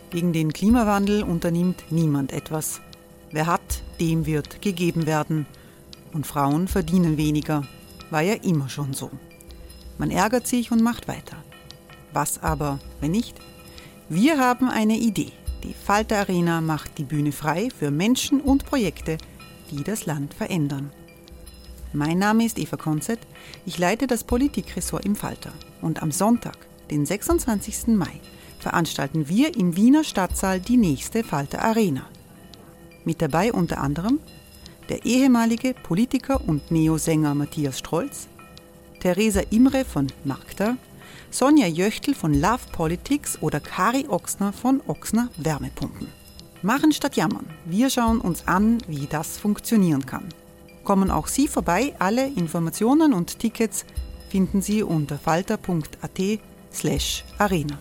Gegen den Klimawandel unternimmt niemand etwas. Wer hat, dem wird gegeben werden. Und Frauen verdienen weniger. War ja immer schon so. Man ärgert sich und macht weiter. Was aber, wenn nicht? Wir haben eine Idee. Die Falter Arena macht die Bühne frei für Menschen und Projekte, die das Land verändern. Mein Name ist Eva Konzett, ich leite das Politikressort im Falter. Und am Sonntag, den 26. Mai, veranstalten wir im Wiener Stadtsaal die nächste Falter Arena. Mit dabei unter anderem der ehemalige Politiker und Neosänger Matthias Strolz, Theresa Imre von Markter, Sonja Jöchtl von Love Politics oder Kari Ochsner von Ochsner Wärmepumpen. Machen statt jammern. Wir schauen uns an, wie das funktionieren kann. Kommen auch Sie vorbei. Alle Informationen und Tickets finden Sie unter falter.at/arena.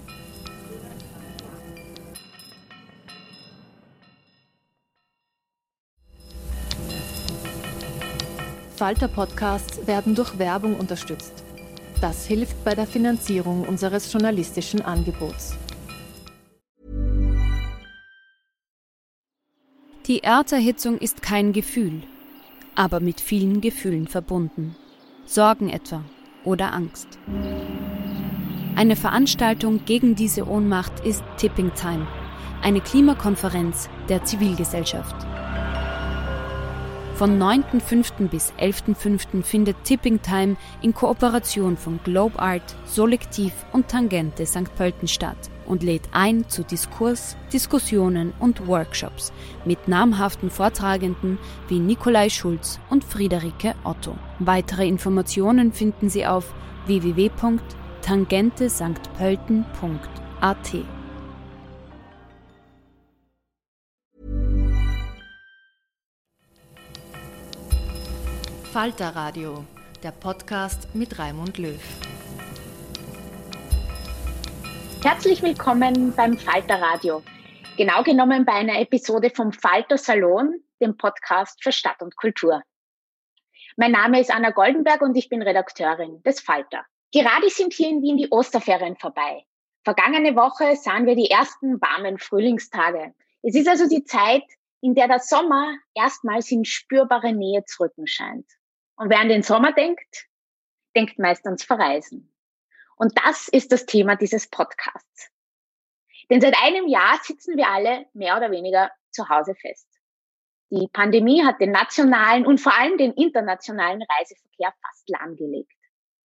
Falter-Podcasts werden durch Werbung unterstützt. Das hilft bei der Finanzierung unseres journalistischen Angebots. Die Erderhitzung ist kein Gefühl, aber mit vielen Gefühlen verbunden. Sorgen etwa oder Angst. Eine Veranstaltung gegen diese Ohnmacht ist Tipping Time, eine Klimakonferenz der Zivilgesellschaft. Von 9.5. bis 11.5. findet Tipping Time in Kooperation von Globe Art, Solektiv und Tangente St. Pölten statt und lädt ein zu Diskurs, Diskussionen und Workshops mit namhaften Vortragenden wie Nikolai Schulz und Friederike Otto. Weitere Informationen finden Sie auf www.tangentesanktpölten.at. Falter Radio, der Podcast mit Raimund Löw. Herzlich willkommen beim Falter Radio. Genau genommen bei einer Episode vom Falter Salon, dem Podcast für Stadt und Kultur. Mein Name ist Anna Goldenberg und ich bin Redakteurin des Falter. Gerade sind hier in Wien die Osterferien vorbei. Vergangene Woche sahen wir die ersten warmen Frühlingstage. Es ist also die Zeit, in der der Sommer erstmals in spürbare Nähe zu rücken scheint. Und wer an den Sommer denkt, denkt meist ans Verreisen. Und das ist das Thema dieses Podcasts. Denn seit einem Jahr sitzen wir alle mehr oder weniger zu Hause fest. Die Pandemie hat den nationalen und vor allem den internationalen Reiseverkehr fast lahmgelegt.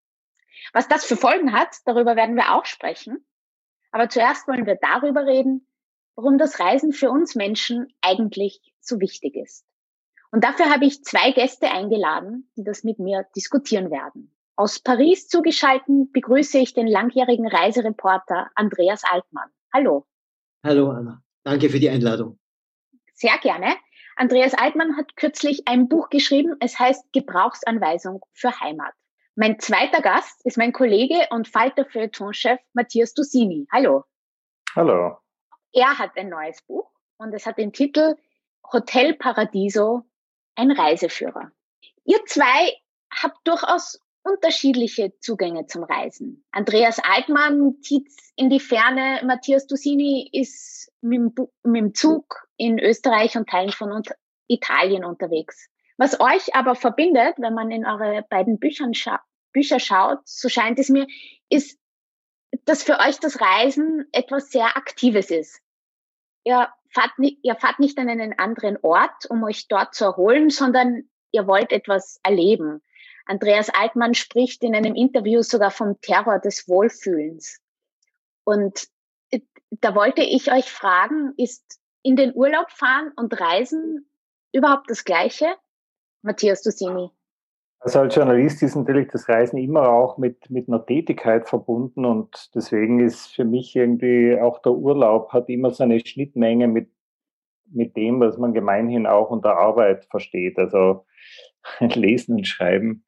Was das für Folgen hat, darüber werden wir auch sprechen. Aber zuerst wollen wir darüber reden, warum das Reisen für uns Menschen eigentlich so wichtig ist. Und dafür habe ich zwei Gäste eingeladen, die das mit mir diskutieren werden. Aus Paris zugeschaltet begrüße ich den langjährigen Reisereporter Andreas Altmann. Hallo. Hallo Anna, danke für die Einladung. Sehr gerne. Andreas Altmann hat kürzlich ein Buch geschrieben, es heißt Gebrauchsanweisung für Heimat. Mein zweiter Gast ist mein Kollege und Falter-Feuilleton-Chef Matthias Dusini. Hallo. Hallo. Er hat ein neues Buch und es hat den Titel Hotel Paradiso, ein Reiseführer. Ihr zwei habt durchaus unterschiedliche Zugänge zum Reisen. Andreas Altmann zieht in die Ferne, Matthias Dusini ist mit dem Zug in Österreich und Teilen von Italien unterwegs. Was euch aber verbindet, wenn man in eure beiden Bücher schaut, so scheint es mir, ist, dass für euch das Reisen etwas sehr Aktives ist. Ihr fahrt nicht an einen anderen Ort, um euch dort zu erholen, sondern ihr wollt etwas erleben. Andreas Altmann spricht in einem Interview sogar vom Terror des Wohlfühlens. Und da wollte ich euch fragen, ist in den Urlaub fahren und Reisen überhaupt das Gleiche? Matthias Dusini. Also als Journalist ist natürlich das Reisen immer auch mit einer Tätigkeit verbunden und deswegen ist für mich irgendwie auch der Urlaub hat immer so eine Schnittmenge mit dem, was man gemeinhin auch unter Arbeit versteht. Also Lesen und Schreiben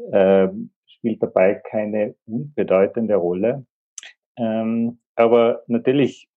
spielt dabei keine unbedeutende Rolle. Aber natürlich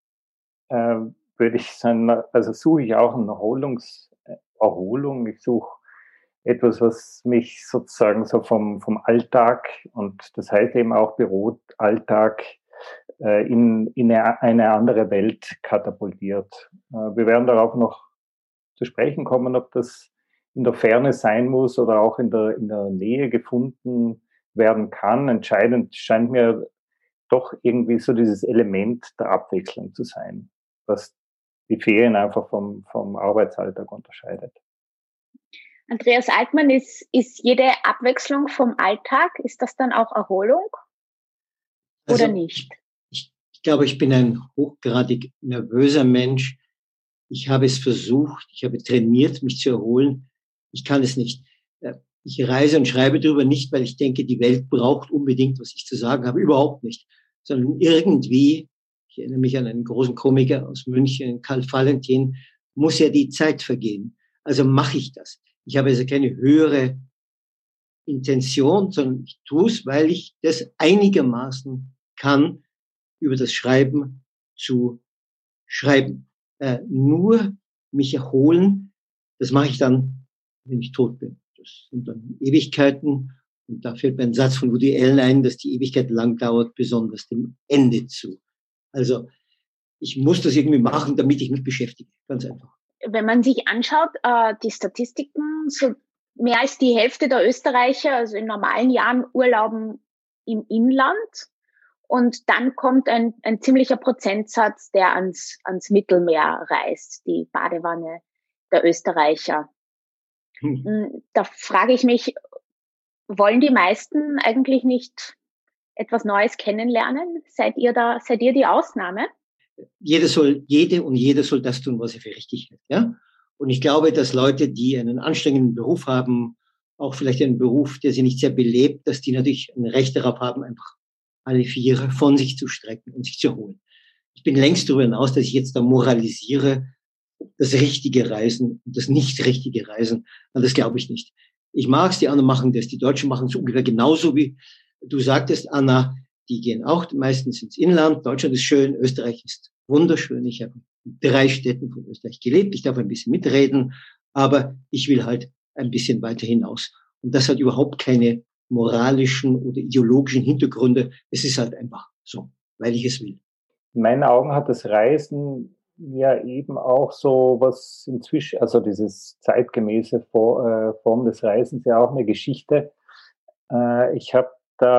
würde ich sagen, also suche ich auch eine Erholung. Ich suche etwas, was mich sozusagen so vom Alltag und das heißt eben auch Büroalltag in eine andere Welt katapultiert. Wir werden darauf noch zu sprechen kommen, ob das in der Ferne sein muss oder auch in der Nähe gefunden werden kann. Entscheidend scheint mir doch irgendwie so dieses Element der Abwechslung zu sein, was die Ferien einfach vom Arbeitsalltag unterscheidet. Andreas Altmann, ist jede Abwechslung vom Alltag, ist das dann auch Erholung oder nicht? Ich glaube, ich bin ein hochgradig nervöser Mensch. Ich habe es versucht, ich habe trainiert, mich zu erholen. Ich kann es nicht. Ich reise und schreibe darüber nicht, weil ich denke, die Welt braucht unbedingt, was ich zu sagen habe. Überhaupt nicht. Sondern irgendwie, ich erinnere mich an einen großen Komiker aus München, Karl Valentin, muss ja die Zeit vergehen. Also mache ich das. Ich habe also keine höhere Intention, sondern ich tue es, weil ich das einigermaßen kann, über das Schreiben zu schreiben. Nur mich erholen, das mache ich dann, wenn ich tot bin. Das sind dann Ewigkeiten. Und da fällt mir ein Satz von Woody Allen ein, dass die Ewigkeit lang dauert, besonders dem Ende zu. Also ich muss das irgendwie machen, damit ich mich beschäftige. Ganz einfach. Wenn man sich anschaut, die Statistiken, so mehr als die Hälfte der Österreicher, also in normalen Jahren, urlauben im Inland. Und dann kommt ein ziemlicher Prozentsatz, der ans Mittelmeer reist, die Badewanne der Österreicher. Da frage ich mich, wollen die meisten eigentlich nicht etwas Neues kennenlernen? Seid ihr die Ausnahme? Jeder soll das tun, was er für richtig hält, ja? Und ich glaube, dass Leute, die einen anstrengenden Beruf haben, auch vielleicht einen Beruf, der sie nicht sehr belebt, dass die natürlich ein Recht darauf haben, einfach alle Viere von sich zu strecken und sich zu erholen. Ich bin längst darüber hinaus, dass ich jetzt da moralisiere, das richtige Reisen und das nicht richtige Reisen. Das glaube ich nicht. Ich mag's, die anderen machen das. Die Deutschen machen es ungefähr genauso, wie du sagtest, Anna. Die gehen auch meistens ins Inland. Deutschland ist schön, Österreich ist wunderschön. Ich habe in 3 Städten von Österreich gelebt. Ich darf ein bisschen mitreden, aber ich will halt ein bisschen weiter hinaus. Und das hat überhaupt keine moralischen oder ideologischen Hintergründe. Es ist halt einfach so, weil ich es will. In meinen Augen hat das Reisen ja eben auch so was inzwischen, also dieses zeitgemäße Form des Reisens, ja auch eine Geschichte. Ich habe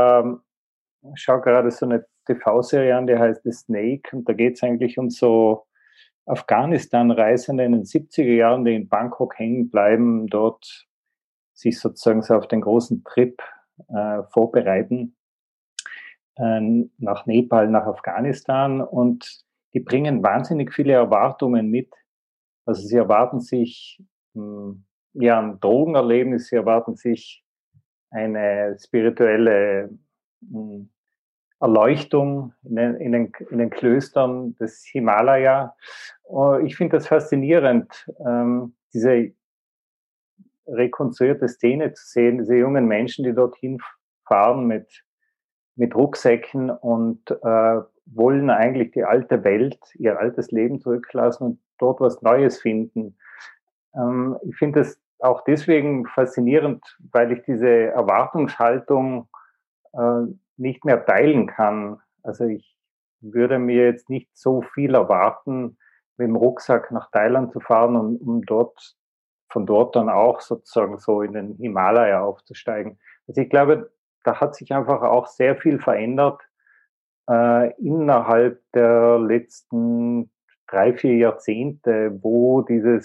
schaue gerade so eine TV-Serie an, die heißt The Snake, und da geht es eigentlich um so Afghanistan-Reisende in den 70er Jahren, die in Bangkok hängen bleiben, dort sich sozusagen so auf den großen Trip vorbereiten nach Nepal, nach Afghanistan, und die bringen wahnsinnig viele Erwartungen mit. Also sie erwarten sich ein Drogenerlebnis, sie erwarten sich eine spirituelle Erleuchtung in den Klöstern des Himalaya. Ich finde das faszinierend, diese rekonstruierte Szene zu sehen, diese jungen Menschen, die dorthin fahren mit Rucksäcken und wollen eigentlich die alte Welt, ihr altes Leben zurücklassen und dort was Neues finden. Ich finde das auch deswegen faszinierend, weil ich diese Erwartungshaltung nicht mehr teilen kann. Also ich würde mir jetzt nicht so viel erwarten, mit dem Rucksack nach Thailand zu fahren und um von dort dann auch sozusagen so in den Himalaya aufzusteigen. Also ich glaube, da hat sich einfach auch sehr viel verändert innerhalb der letzten 3-4 Jahrzehnte, wo diese,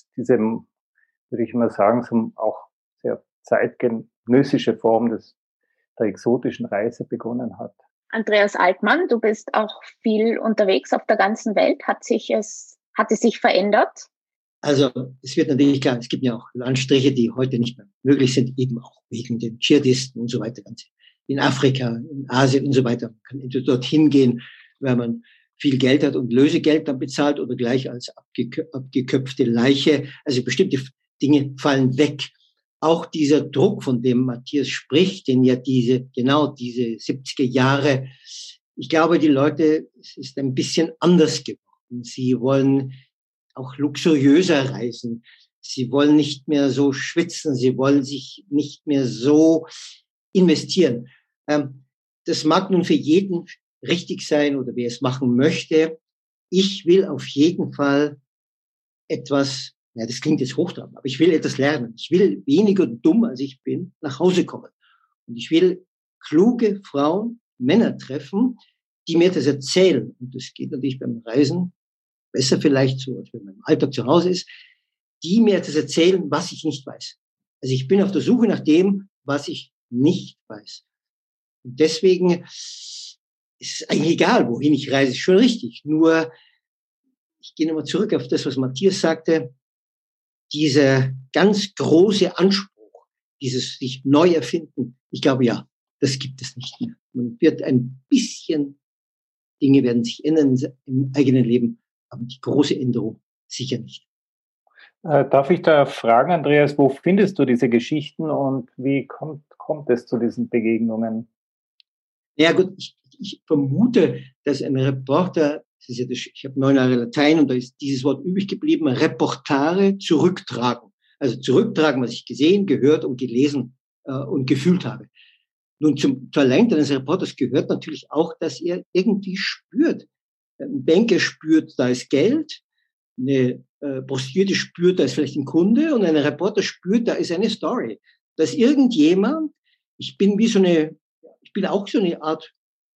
würde ich mal sagen, so auch sehr zeitgenössische Form der exotischen Reise begonnen hat. Andreas Altmann, du bist auch viel unterwegs auf der ganzen Welt. Hat es sich verändert? Also es wird natürlich klar, es gibt ja auch Landstriche, die heute nicht mehr möglich sind, eben auch wegen den Dschihadisten und so weiter. In Afrika, in Asien und so weiter. Man kann entweder dorthin gehen, weil man viel Geld hat und Lösegeld dann bezahlt, oder gleich als abgeköpfte Leiche. Also bestimmte Dinge fallen weg. Auch dieser Druck, von dem Matthias spricht, den ja diese 70er Jahre, ich glaube, die Leute, es ist ein bisschen anders geworden. Sie wollen auch luxuriöser reisen. Sie wollen nicht mehr so schwitzen. Sie wollen sich nicht mehr so investieren. Das mag nun für jeden richtig sein oder wer es machen möchte. Ich will auf jeden Fall etwas, ja, das klingt jetzt hochtrabend, aber ich will etwas lernen. Ich will weniger dumm, als ich bin, nach Hause kommen. Und ich will kluge Frauen, Männer treffen, die mir das erzählen. Und das geht natürlich beim Reisen besser vielleicht so, als wenn man im Alltag zu Hause ist, die mir das erzählen, was ich nicht weiß. Also ich bin auf der Suche nach dem, was ich nicht weiß. Und deswegen ist es eigentlich egal, wohin ich reise, ist schon richtig. Nur, ich gehe nochmal zurück auf das, was Matthias sagte, dieser ganz große Anspruch, dieses sich neu erfinden, ich glaube, ja, das gibt es nicht mehr. Man wird ein bisschen, Dinge werden sich ändern im eigenen Leben, aber die große Änderung sicher nicht. Darf ich da fragen, Andreas, wo findest du diese Geschichten und wie kommt es zu diesen Begegnungen? Ja gut, ich vermute, dass ein Reporter, das ist ja ich habe 9 Jahre Latein und da ist dieses Wort übrig geblieben, Reportare zurücktragen. Also zurücktragen, was ich gesehen, gehört und gelesen und gefühlt habe. Nun, zum Talent eines Reporters gehört natürlich auch, dass er irgendwie spürt. Ein Banker spürt, da ist Geld, eine Prostituierte spürt, da ist vielleicht ein Kunde und ein Reporter spürt, da ist eine Story. Da ist irgendjemand, ich bin auch so eine Art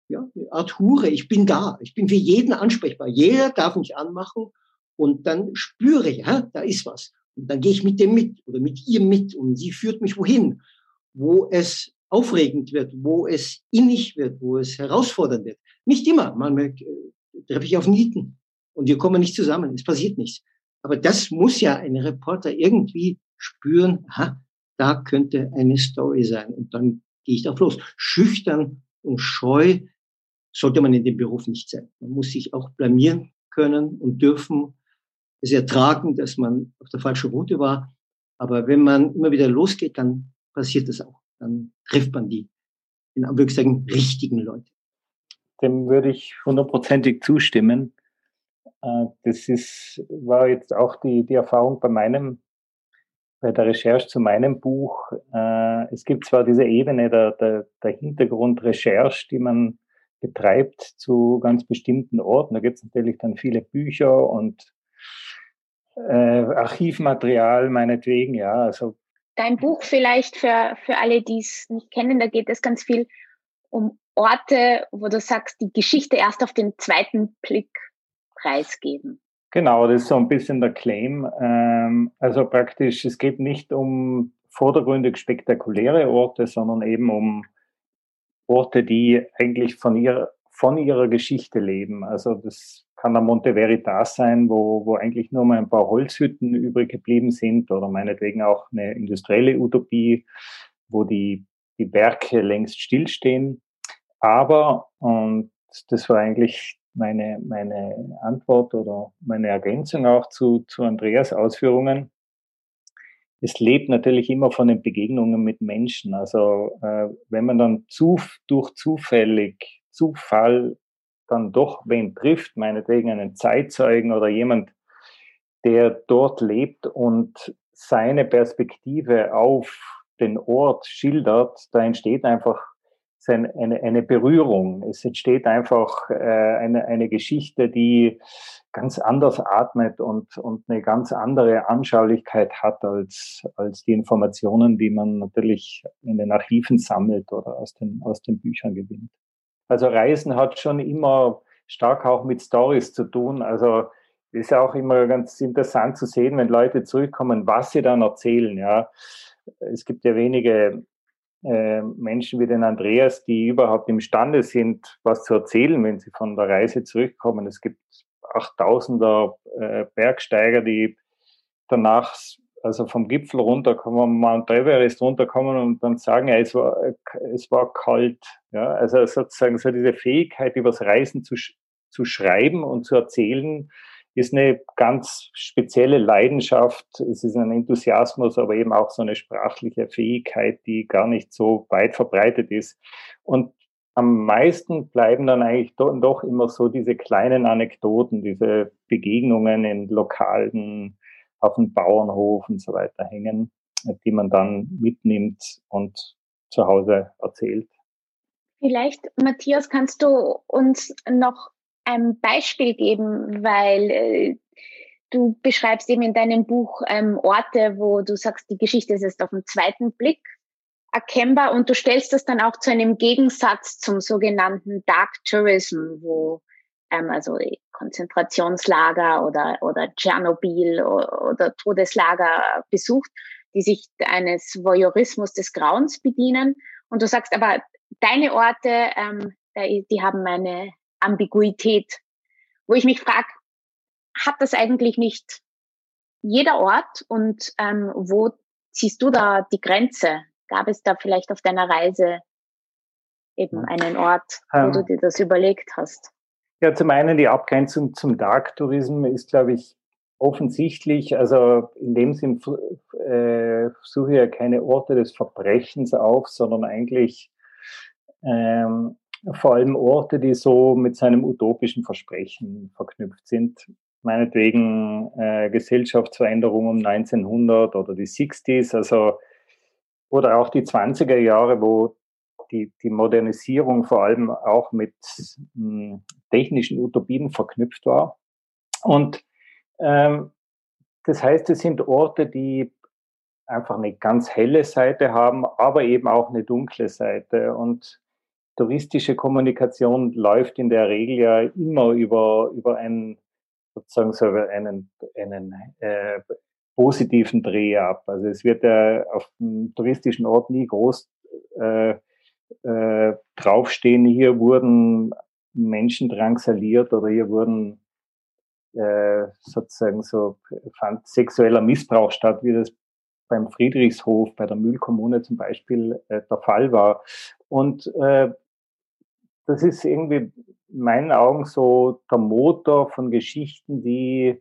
Hure, ich bin da, ich bin für jeden ansprechbar. Jeder darf mich anmachen und dann spüre ich, da ist was. Und dann gehe ich mit dem mit oder mit ihr mit und sie führt mich wohin, wo es aufregend wird, wo es innig wird, wo es herausfordernd wird. Nicht immer, manchmal treffe ich auf Nieten und wir kommen nicht zusammen, es passiert nichts. Aber das muss ja ein Reporter irgendwie spüren, da könnte eine Story sein und dann gehe ich drauf los. Schüchtern und scheu sollte man in dem Beruf nicht sein. Man muss sich auch blamieren können und dürfen, es ertragen, dass man auf der falschen Route war. Aber wenn man immer wieder losgeht, dann passiert das auch. Dann trifft man die, in Anführungszeichen, richtigen Leute. Dem würde ich 100%ig zustimmen. War jetzt auch die Erfahrung bei der Recherche zu meinem Buch. Es gibt zwar diese Ebene der Hintergrundrecherche, die man betreibt zu ganz bestimmten Orten. Da gibt es natürlich dann viele Bücher und Archivmaterial meinetwegen, ja. Also dein Buch vielleicht für alle, die es nicht kennen, da geht es ganz viel um Orte, wo du sagst, die Geschichte erst auf den zweiten Blick preisgeben. Genau, das ist so ein bisschen der Claim. Also praktisch, es geht nicht um vordergründig spektakuläre Orte, sondern eben um Orte, die eigentlich von ihrer Geschichte leben. Also das kann der Monte Veritas sein, wo eigentlich nur mal ein paar Holzhütten übrig geblieben sind oder meinetwegen auch eine industrielle Utopie, wo die Werke längst stillstehen. Aber, und das war eigentlich meine Antwort oder meine Ergänzung auch zu Andreas Ausführungen, es lebt natürlich immer von den Begegnungen mit Menschen. Also wenn man dann durch Zufall dann doch wen trifft, meinetwegen einen Zeitzeugen oder jemand, der dort lebt und seine Perspektive auf den Ort schildert, da entsteht einfach eine Berührung. Es entsteht einfach eine Geschichte, die ganz anders atmet und eine ganz andere Anschaulichkeit hat als die Informationen, die man natürlich in den Archiven sammelt oder aus den Büchern gewinnt. Also Reisen hat schon immer stark auch mit Stories zu tun. Also ist ja auch immer ganz interessant zu sehen, wenn Leute zurückkommen, was sie dann erzählen. Ja, es gibt ja wenige Menschen wie den Andreas, die überhaupt imstande sind, was zu erzählen, wenn sie von der Reise zurückkommen. Es gibt 8000er Bergsteiger, die danach, also vom Gipfel runterkommen, Mount Everest runterkommen und dann sagen, ja, es war kalt. Ja, also sozusagen so diese Fähigkeit, übers Reisen zu schreiben und zu erzählen, ist eine ganz spezielle Leidenschaft. Es ist ein Enthusiasmus, aber eben auch so eine sprachliche Fähigkeit, die gar nicht so weit verbreitet ist. Und am meisten bleiben dann eigentlich doch immer so diese kleinen Anekdoten, diese Begegnungen in Lokalen, auf dem Bauernhof und so weiter hängen, die man dann mitnimmt und zu Hause erzählt. Vielleicht, Matthias, kannst du uns noch ein Beispiel geben, weil du beschreibst eben in deinem Buch Orte, wo du sagst, die Geschichte ist erst auf den zweiten Blick erkennbar und du stellst das dann auch zu einem Gegensatz zum sogenannten Dark Tourism, wo also Konzentrationslager oder Tschernobyl oder Todeslager besucht, die sich eines Voyeurismus des Grauens bedienen. Und du sagst aber, deine Orte, die haben eine Ambiguität, wo ich mich frage, hat das eigentlich nicht jeder Ort und wo ziehst du da die Grenze? Gab es da vielleicht auf deiner Reise eben einen Ort, wo du dir das überlegt hast? Ja, zum einen die Abgrenzung zum Dark Tourism ist, glaube ich, offensichtlich. Also in dem Sinn suche ich ja keine Orte des Verbrechens auf, sondern eigentlich vor allem Orte, die so mit seinem utopischen Versprechen verknüpft sind. Meinetwegen Gesellschaftsveränderung um 1900 oder die 60s, also oder auch die 20er Jahre, wo die Modernisierung vor allem auch mit technischen Utopien verknüpft war. Und das heißt, es sind Orte, die einfach eine ganz helle Seite haben, aber eben auch eine dunkle Seite. Und touristische Kommunikation läuft in der Regel ja immer über einen sozusagen so einen positiven Dreh ab. Also es wird ja auf einem touristischen Ort nie groß draufstehen, hier wurden Menschen drangsaliert oder hier wurden sozusagen so fand sexueller Missbrauch statt, wie das beim Friedrichshof, bei der Mühlkommune zum Beispiel der Fall war. Und das ist irgendwie in meinen Augen so der Motor von Geschichten, die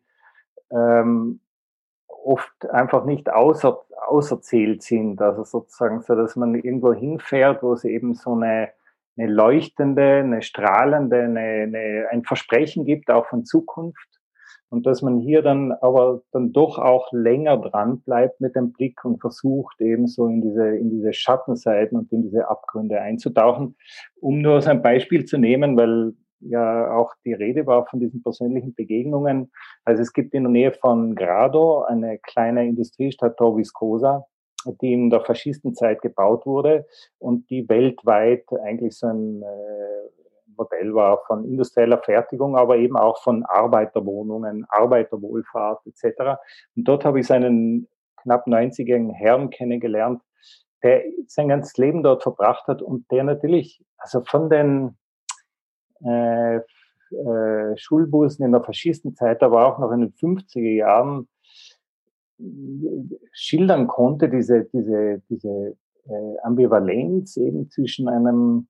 oft einfach nicht auserzählt sind. Also sozusagen so, dass man irgendwo hinfährt, wo es eben so eine leuchtende, eine strahlende, ein Versprechen gibt, auch von Zukunft. Und dass man hier dann aber dann doch auch länger dran bleibt mit dem Blick und versucht eben so in diese Schattenseiten und in diese Abgründe einzutauchen. Um nur so ein Beispiel zu nehmen, weil ja auch die Rede war von diesen persönlichen Begegnungen. Also es gibt in der Nähe von Grado eine kleine Industriestadt Tor Viskosa, die in der Faschistenzeit gebaut wurde und die weltweit eigentlich so ein Modell war von industrieller Fertigung, aber eben auch von Arbeiterwohnungen, Arbeiterwohlfahrt etc. Und dort habe ich seinen knapp 90-jährigen Herrn kennengelernt, der sein ganzes Leben dort verbracht hat und der natürlich, also von den Schulbussen in der Faschistenzeit, aber auch noch in den 50er Jahren schildern konnte, diese Ambivalenz eben zwischen einem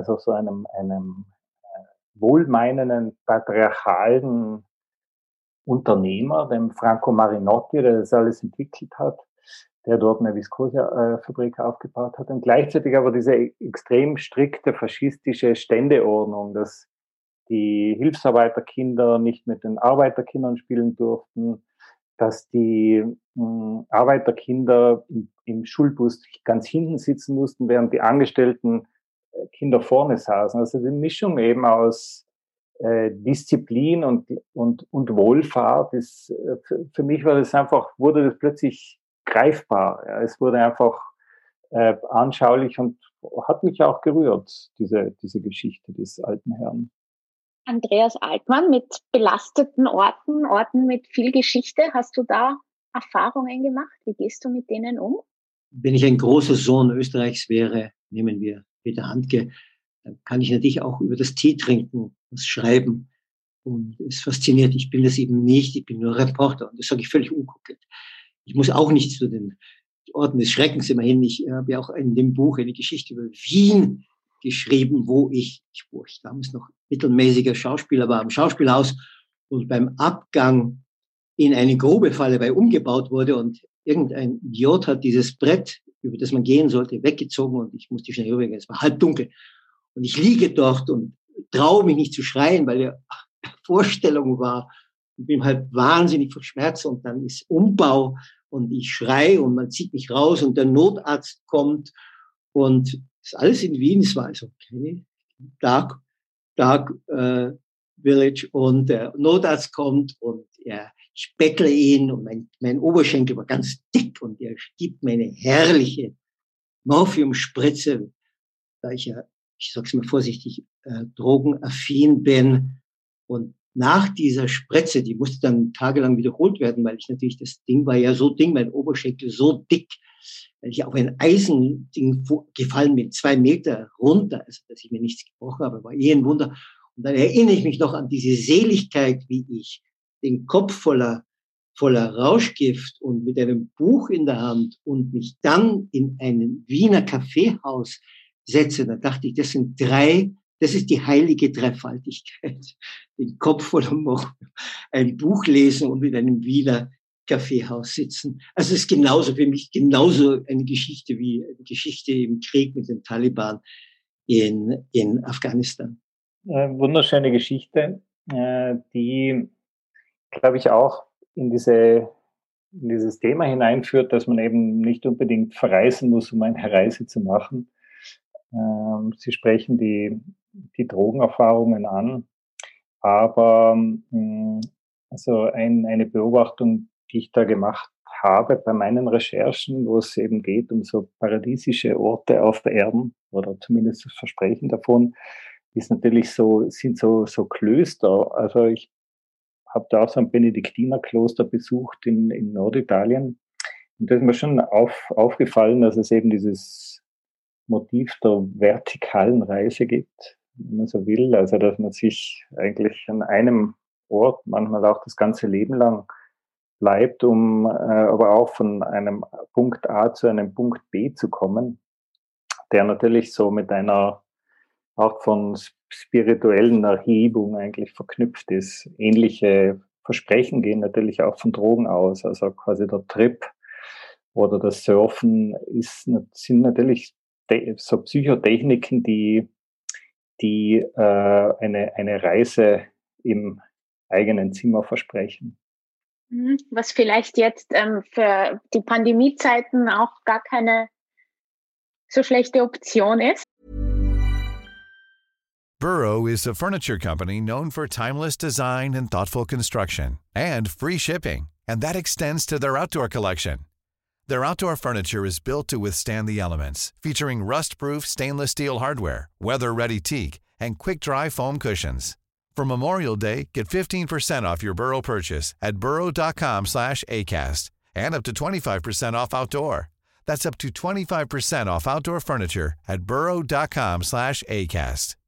wohlmeinenden, patriarchalen Unternehmer, dem Franco Marinotti, der das alles entwickelt hat, der dort eine Viskosafabrik aufgebaut hat, und gleichzeitig aber diese extrem strikte faschistische Ständeordnung, dass die Hilfsarbeiterkinder nicht mit den Arbeiterkindern spielen durften, dass die Arbeiterkinder im Schulbus ganz hinten sitzen mussten, während die Angestellten Kinder vorne saßen. Also die Mischung eben aus Disziplin und Wohlfahrt ist, für mich wurde das plötzlich greifbar. Ja, es wurde einfach anschaulich und hat mich auch gerührt, diese Geschichte des alten Herrn. Andreas Altmann, mit belasteten Orten mit viel Geschichte, hast du da Erfahrungen gemacht? Wie gehst du mit denen um? Wenn ich ein großer Sohn Österreichs wäre, nehmen wir Peter Handke, dann kann ich natürlich auch über das Teetrinken was schreiben. Und es fasziniert, ich bin das eben nicht, ich bin nur Reporter. Und das sage ich völlig unkokett. Ich muss auch nicht zu den Orten des Schreckens immerhin. Ich habe ja auch in dem Buch eine Geschichte über Wien geschrieben, wo ich damals noch mittelmäßiger Schauspieler war, am Schauspielhaus und beim Abgang in eine Grube falle, weil umgebaut wurde und irgendein Idiot hat dieses Brett, über das man gehen sollte, weggezogen und ich musste schnell rübergehen. Es war halb dunkel. Und ich liege dort und traue mich nicht zu schreien, weil ja Vorstellung war. Ich bin halt wahnsinnig vor Schmerz und dann ist Umbau und ich schreie und man zieht mich raus und der Notarzt kommt und Das ist alles in Wien. Es war also keine Dark Village und der Notarzt kommt und ich bettle ihn und mein Oberschenkel war ganz dick und er gibt mir eine herrliche Morphiumspritze, da ich ja, ich sag's mal vorsichtig, drogenaffin bin. Und nach dieser Spritze, die musste dann tagelang wiederholt werden, weil ich natürlich, das Ding war ja so dick, mein Oberschenkel so dick, weil ich auf ein Eisending gefallen bin, 2 Meter runter, also dass ich mir nichts gebrochen habe, war ein Wunder. Und dann erinnere ich mich noch an diese Seligkeit, wie ich den Kopf voller Rauschgift und mit einem Buch in der Hand und mich dann in einen Wiener Kaffeehaus setze. Da dachte ich, das ist die heilige Dreifaltigkeit. Den Kopf voller Morphium, ein Buch lesen und in einem Wiener Kaffeehaus sitzen. Also es ist für mich genauso eine Geschichte wie eine Geschichte im Krieg mit den Taliban in Afghanistan. Wunderschöne Geschichte, die, glaube ich, auch in dieses Thema hineinführt, dass man eben nicht unbedingt verreisen muss, um eine Reise zu machen. Sie sprechen die Drogenerfahrungen an, aber also eine Beobachtung, die ich da gemacht habe bei meinen Recherchen, wo es eben geht um so paradiesische Orte auf der Erde oder zumindest das Versprechen davon, ist natürlich sind so Klöster. Also ich habe da auch so ein Benediktinerkloster besucht in Norditalien. Und da ist mir schon aufgefallen, dass es eben dieses Motiv der vertikalen Reise gibt, wenn man so will. Also dass man sich eigentlich an einem Ort manchmal auch das ganze Leben lang bleibt, um aber auch von einem Punkt A zu einem Punkt B zu kommen, der natürlich so mit einer Art von spirituellen Erhebung eigentlich verknüpft ist. Ähnliche Versprechen gehen natürlich auch von Drogen aus. Also quasi der Trip oder das Surfen sind natürlich so Psychotechniken, die eine Reise im eigenen Zimmer versprechen. Was vielleicht jetzt für die Pandemiezeiten auch gar keine so schlechte Option ist. Burrow is a furniture company known for timeless design and thoughtful construction and free shipping, and that extends to their outdoor collection. Their outdoor furniture is built to withstand the elements, featuring rust-proof stainless steel hardware, weather-ready teak, and quick-dry foam cushions. For Memorial Day, get 15% off your Burrow purchase at burrow.com/acast and up to 25% off outdoor. That's up to 25% off outdoor furniture at burrow.com/acast.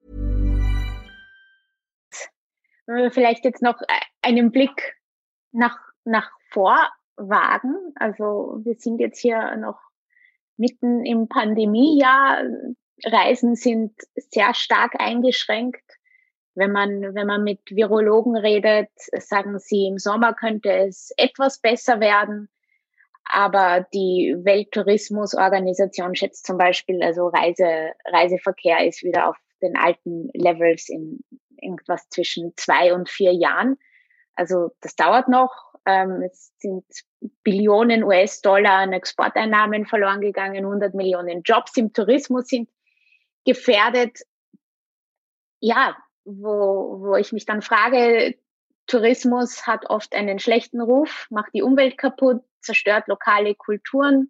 Wenn wir vielleicht jetzt noch einen Blick nach vor wagen. Also wir sind jetzt hier noch mitten im Pandemiejahr. Reisen sind sehr stark eingeschränkt. Wenn man mit Virologen redet, sagen sie, im Sommer könnte es etwas besser werden. Aber die Welttourismusorganisation schätzt zum Beispiel, also Reiseverkehr ist wieder auf den alten Levels in irgendwas zwischen 2 und 4 Jahren. Also das dauert noch. Es sind Billionen US-Dollar an Exporteinnahmen verloren gegangen, 100 Millionen Jobs im Tourismus sind gefährdet. Ja, wo ich mich dann frage, Tourismus hat oft einen schlechten Ruf, macht die Umwelt kaputt, zerstört lokale Kulturen,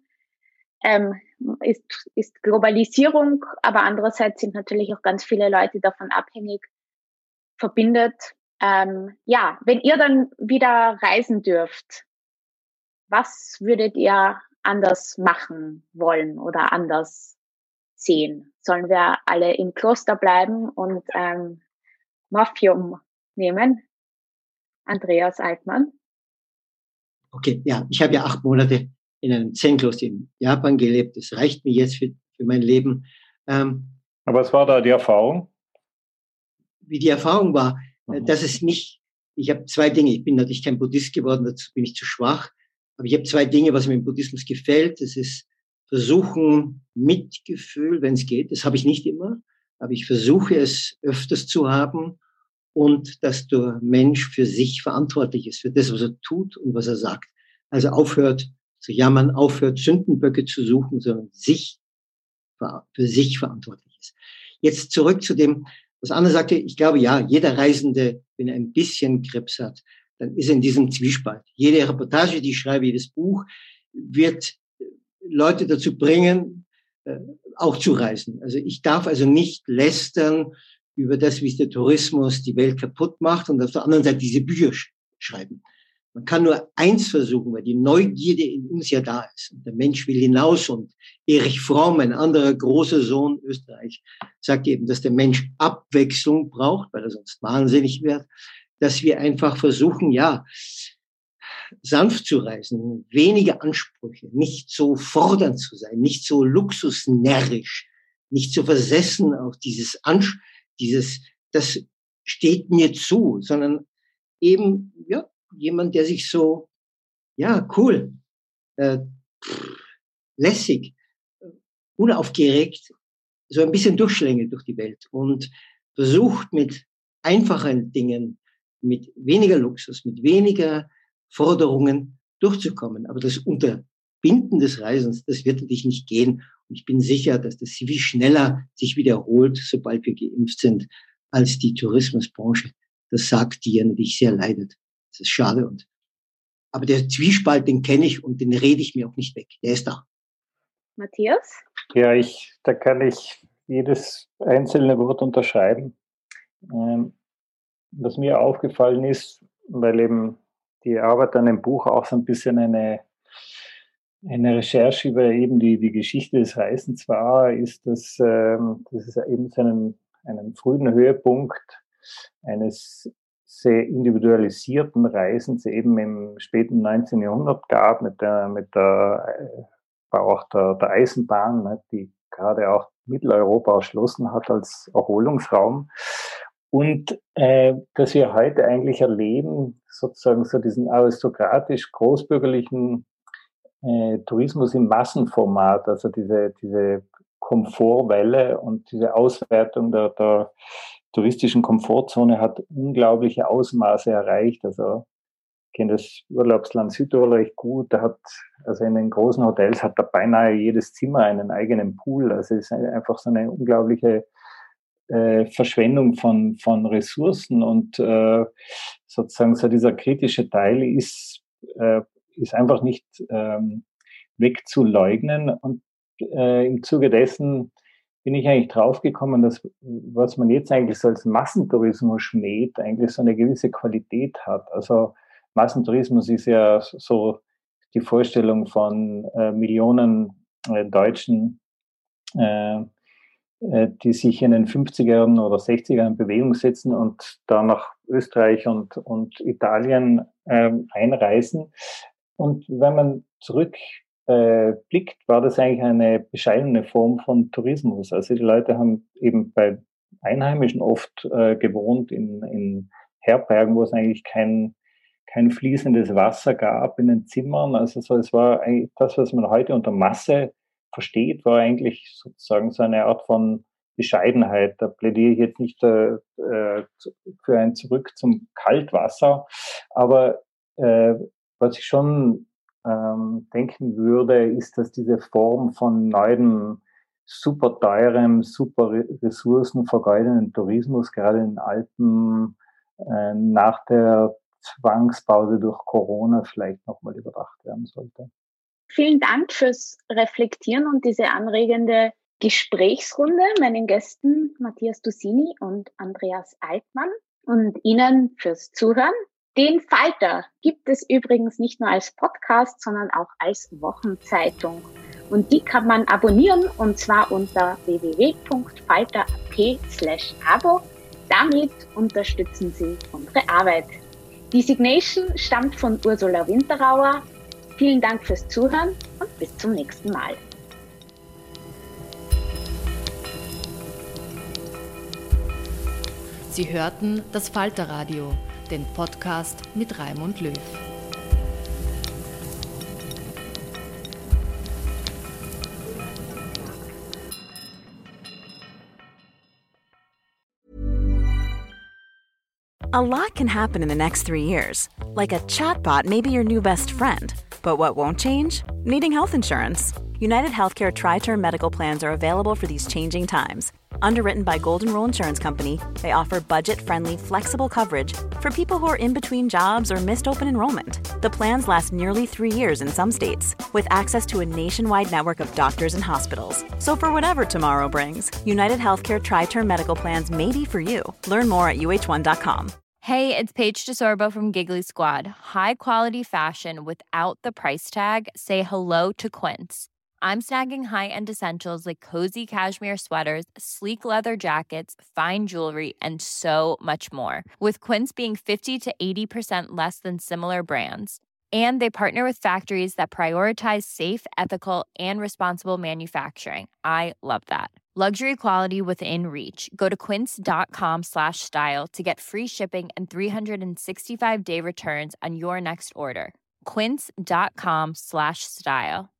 ist Globalisierung, aber andererseits sind natürlich auch ganz viele Leute davon abhängig, verbindet. Ja, wenn ihr dann wieder reisen dürft, was würdet ihr anders machen wollen oder anders sehen? Sollen wir alle im Kloster bleiben und Morphium nehmen? Andreas Altmann. Okay, ja, ich habe ja 8 Monate in einem Zen-Kloster in Japan gelebt. Das reicht mir jetzt für mein Leben. Aber was war da die Erfahrung? Wie die Erfahrung war, dass es mich, ich habe 2 Dinge, ich bin natürlich kein Buddhist geworden, dazu bin ich zu schwach, aber ich habe 2 Dinge, was mir im Buddhismus gefällt. Das ist versuchen, Mitgefühl, wenn es geht, das habe ich nicht immer, aber ich versuche es öfters zu haben und dass der Mensch für sich verantwortlich ist, für das, was er tut und was er sagt. Also aufhört zu jammern, aufhört Sündenböcke zu suchen, sondern sich für sich verantwortlich ist. Jetzt zurück zu dem, was Anna sagte. Ich glaube, ja, jeder Reisende, wenn er ein bisschen Krebs hat, dann ist er in diesem Zwiespalt. Jede Reportage, die ich schreibe, jedes Buch, wird Leute dazu bringen, auch zu reisen. Also ich darf also nicht lästern über das, wie der Tourismus die Welt kaputt macht und auf der anderen Seite diese Bücher schreiben. Man kann nur eins versuchen, weil die Neugierde in uns ja da ist. Und der Mensch will hinaus. Und Erich Fromm, ein anderer großer Sohn Österreich, sagt eben, dass der Mensch Abwechslung braucht, weil er sonst wahnsinnig wird, dass wir einfach versuchen, ja, sanft zu reisen, weniger Ansprüche, nicht so fordernd zu sein, nicht so luxusnärrisch, nicht so versessen auf das steht mir zu, sondern eben, ja, jemand, der sich so, ja, cool, lässig, unaufgeregt, so ein bisschen durchschlängelt durch die Welt und versucht mit einfachen Dingen, mit weniger Luxus, mit weniger Forderungen durchzukommen. Aber das Unterbinden des Reisens, das wird natürlich nicht gehen. Und ich bin sicher, dass das viel schneller sich wiederholt, sobald wir geimpft sind, als die Tourismusbranche. Das sagt die ja natürlich sehr leidet. Das ist schade. Aber der Zwiespalt, den kenne ich und den rede ich mir auch nicht weg. Der ist da. Matthias? Ja, da kann ich jedes einzelne Wort unterschreiben. Was mir aufgefallen ist, weil eben die Arbeit an dem Buch auch so ein bisschen eine Recherche über eben die Geschichte des Reisens war, ist, dass es eben so einen frühen Höhepunkt eines sehr individualisierten Reisens eben im späten 19. Jahrhundert gab, mit der auch der Eisenbahn, ne, die gerade auch Mitteleuropa erschlossen hat als Erholungsraum. Und dass wir heute eigentlich erleben, sozusagen so diesen aristokratisch großbürgerlichen Tourismus im Massenformat, also diese Komfortwelle und diese Ausweitung der touristischen Komfortzone hat unglaubliche Ausmaße erreicht. Also ich kenne das Urlaubsland Südtirol recht gut. Also in den großen Hotels hat da beinahe jedes Zimmer einen eigenen Pool. Also es ist einfach so eine unglaubliche Verschwendung von Ressourcen und sozusagen so dieser kritische Teil ist einfach nicht wegzuleugnen. Und im Zuge dessen bin ich eigentlich draufgekommen, dass was man jetzt eigentlich so als Massentourismus schmäht, eigentlich so eine gewisse Qualität hat. Also Massentourismus ist ja so die Vorstellung von Millionen Deutschen, die sich in den 50ern oder 60ern in Bewegung setzen und dann nach Österreich und Italien einreisen. Und wenn man zurückblickt, war das eigentlich eine bescheidene Form von Tourismus. Also die Leute haben eben bei Einheimischen oft gewohnt in Herbergen, wo es eigentlich kein fließendes Wasser gab in den Zimmern. Also so, es war eigentlich das, was man heute unter Masse versteht, war eigentlich sozusagen so eine Art von Bescheidenheit. Da plädiere ich jetzt nicht für ein Zurück zum Kaltwasser, aber was ich schon denken würde, ist, dass diese Form von neuem, super teurem, super ressourcenvergeudenden Tourismus gerade in den Alpen nach der Zwangspause durch Corona vielleicht nochmal überdacht werden sollte. Vielen Dank fürs Reflektieren und diese anregende Gesprächsrunde, meinen Gästen Matthias Dusini und Andreas Altmann und Ihnen fürs Zuhören. Den Falter gibt es übrigens nicht nur als Podcast, sondern auch als Wochenzeitung. Und die kann man abonnieren, und zwar unter www.falter.at/abo. Damit unterstützen Sie unsere Arbeit. Die Signation stammt von Ursula Winterauer. Vielen Dank fürs Zuhören und bis zum nächsten Mal. Sie hörten das Falterradio, den Podcast mit Raimund Löw. A lot can happen in the next 3 years. Like a chatbot may be your new best friend. But what won't change? Needing health insurance. United Healthcare Tri-Term Medical Plans are available for these changing times. Underwritten by Golden Rule Insurance Company, they offer budget-friendly, flexible coverage for people who are in between jobs or missed open enrollment. The plans last nearly 3 years in some states, with access to a nationwide network of doctors and hospitals. So for whatever tomorrow brings, United Healthcare Tri-Term Medical Plans may be for you. Learn more at uh1.com. Hey, it's Paige DeSorbo from Giggly Squad. High quality fashion without the price tag. Say hello to Quince. I'm snagging high-end essentials like cozy cashmere sweaters, sleek leather jackets, fine jewelry, and so much more. With Quince being 50 to 80% less than similar brands. And they partner with factories that prioritize safe, ethical, and responsible manufacturing. I love that. Luxury quality within reach. Go to quince.com/style to get free shipping and 365-day returns on your next order. Quince.com/style.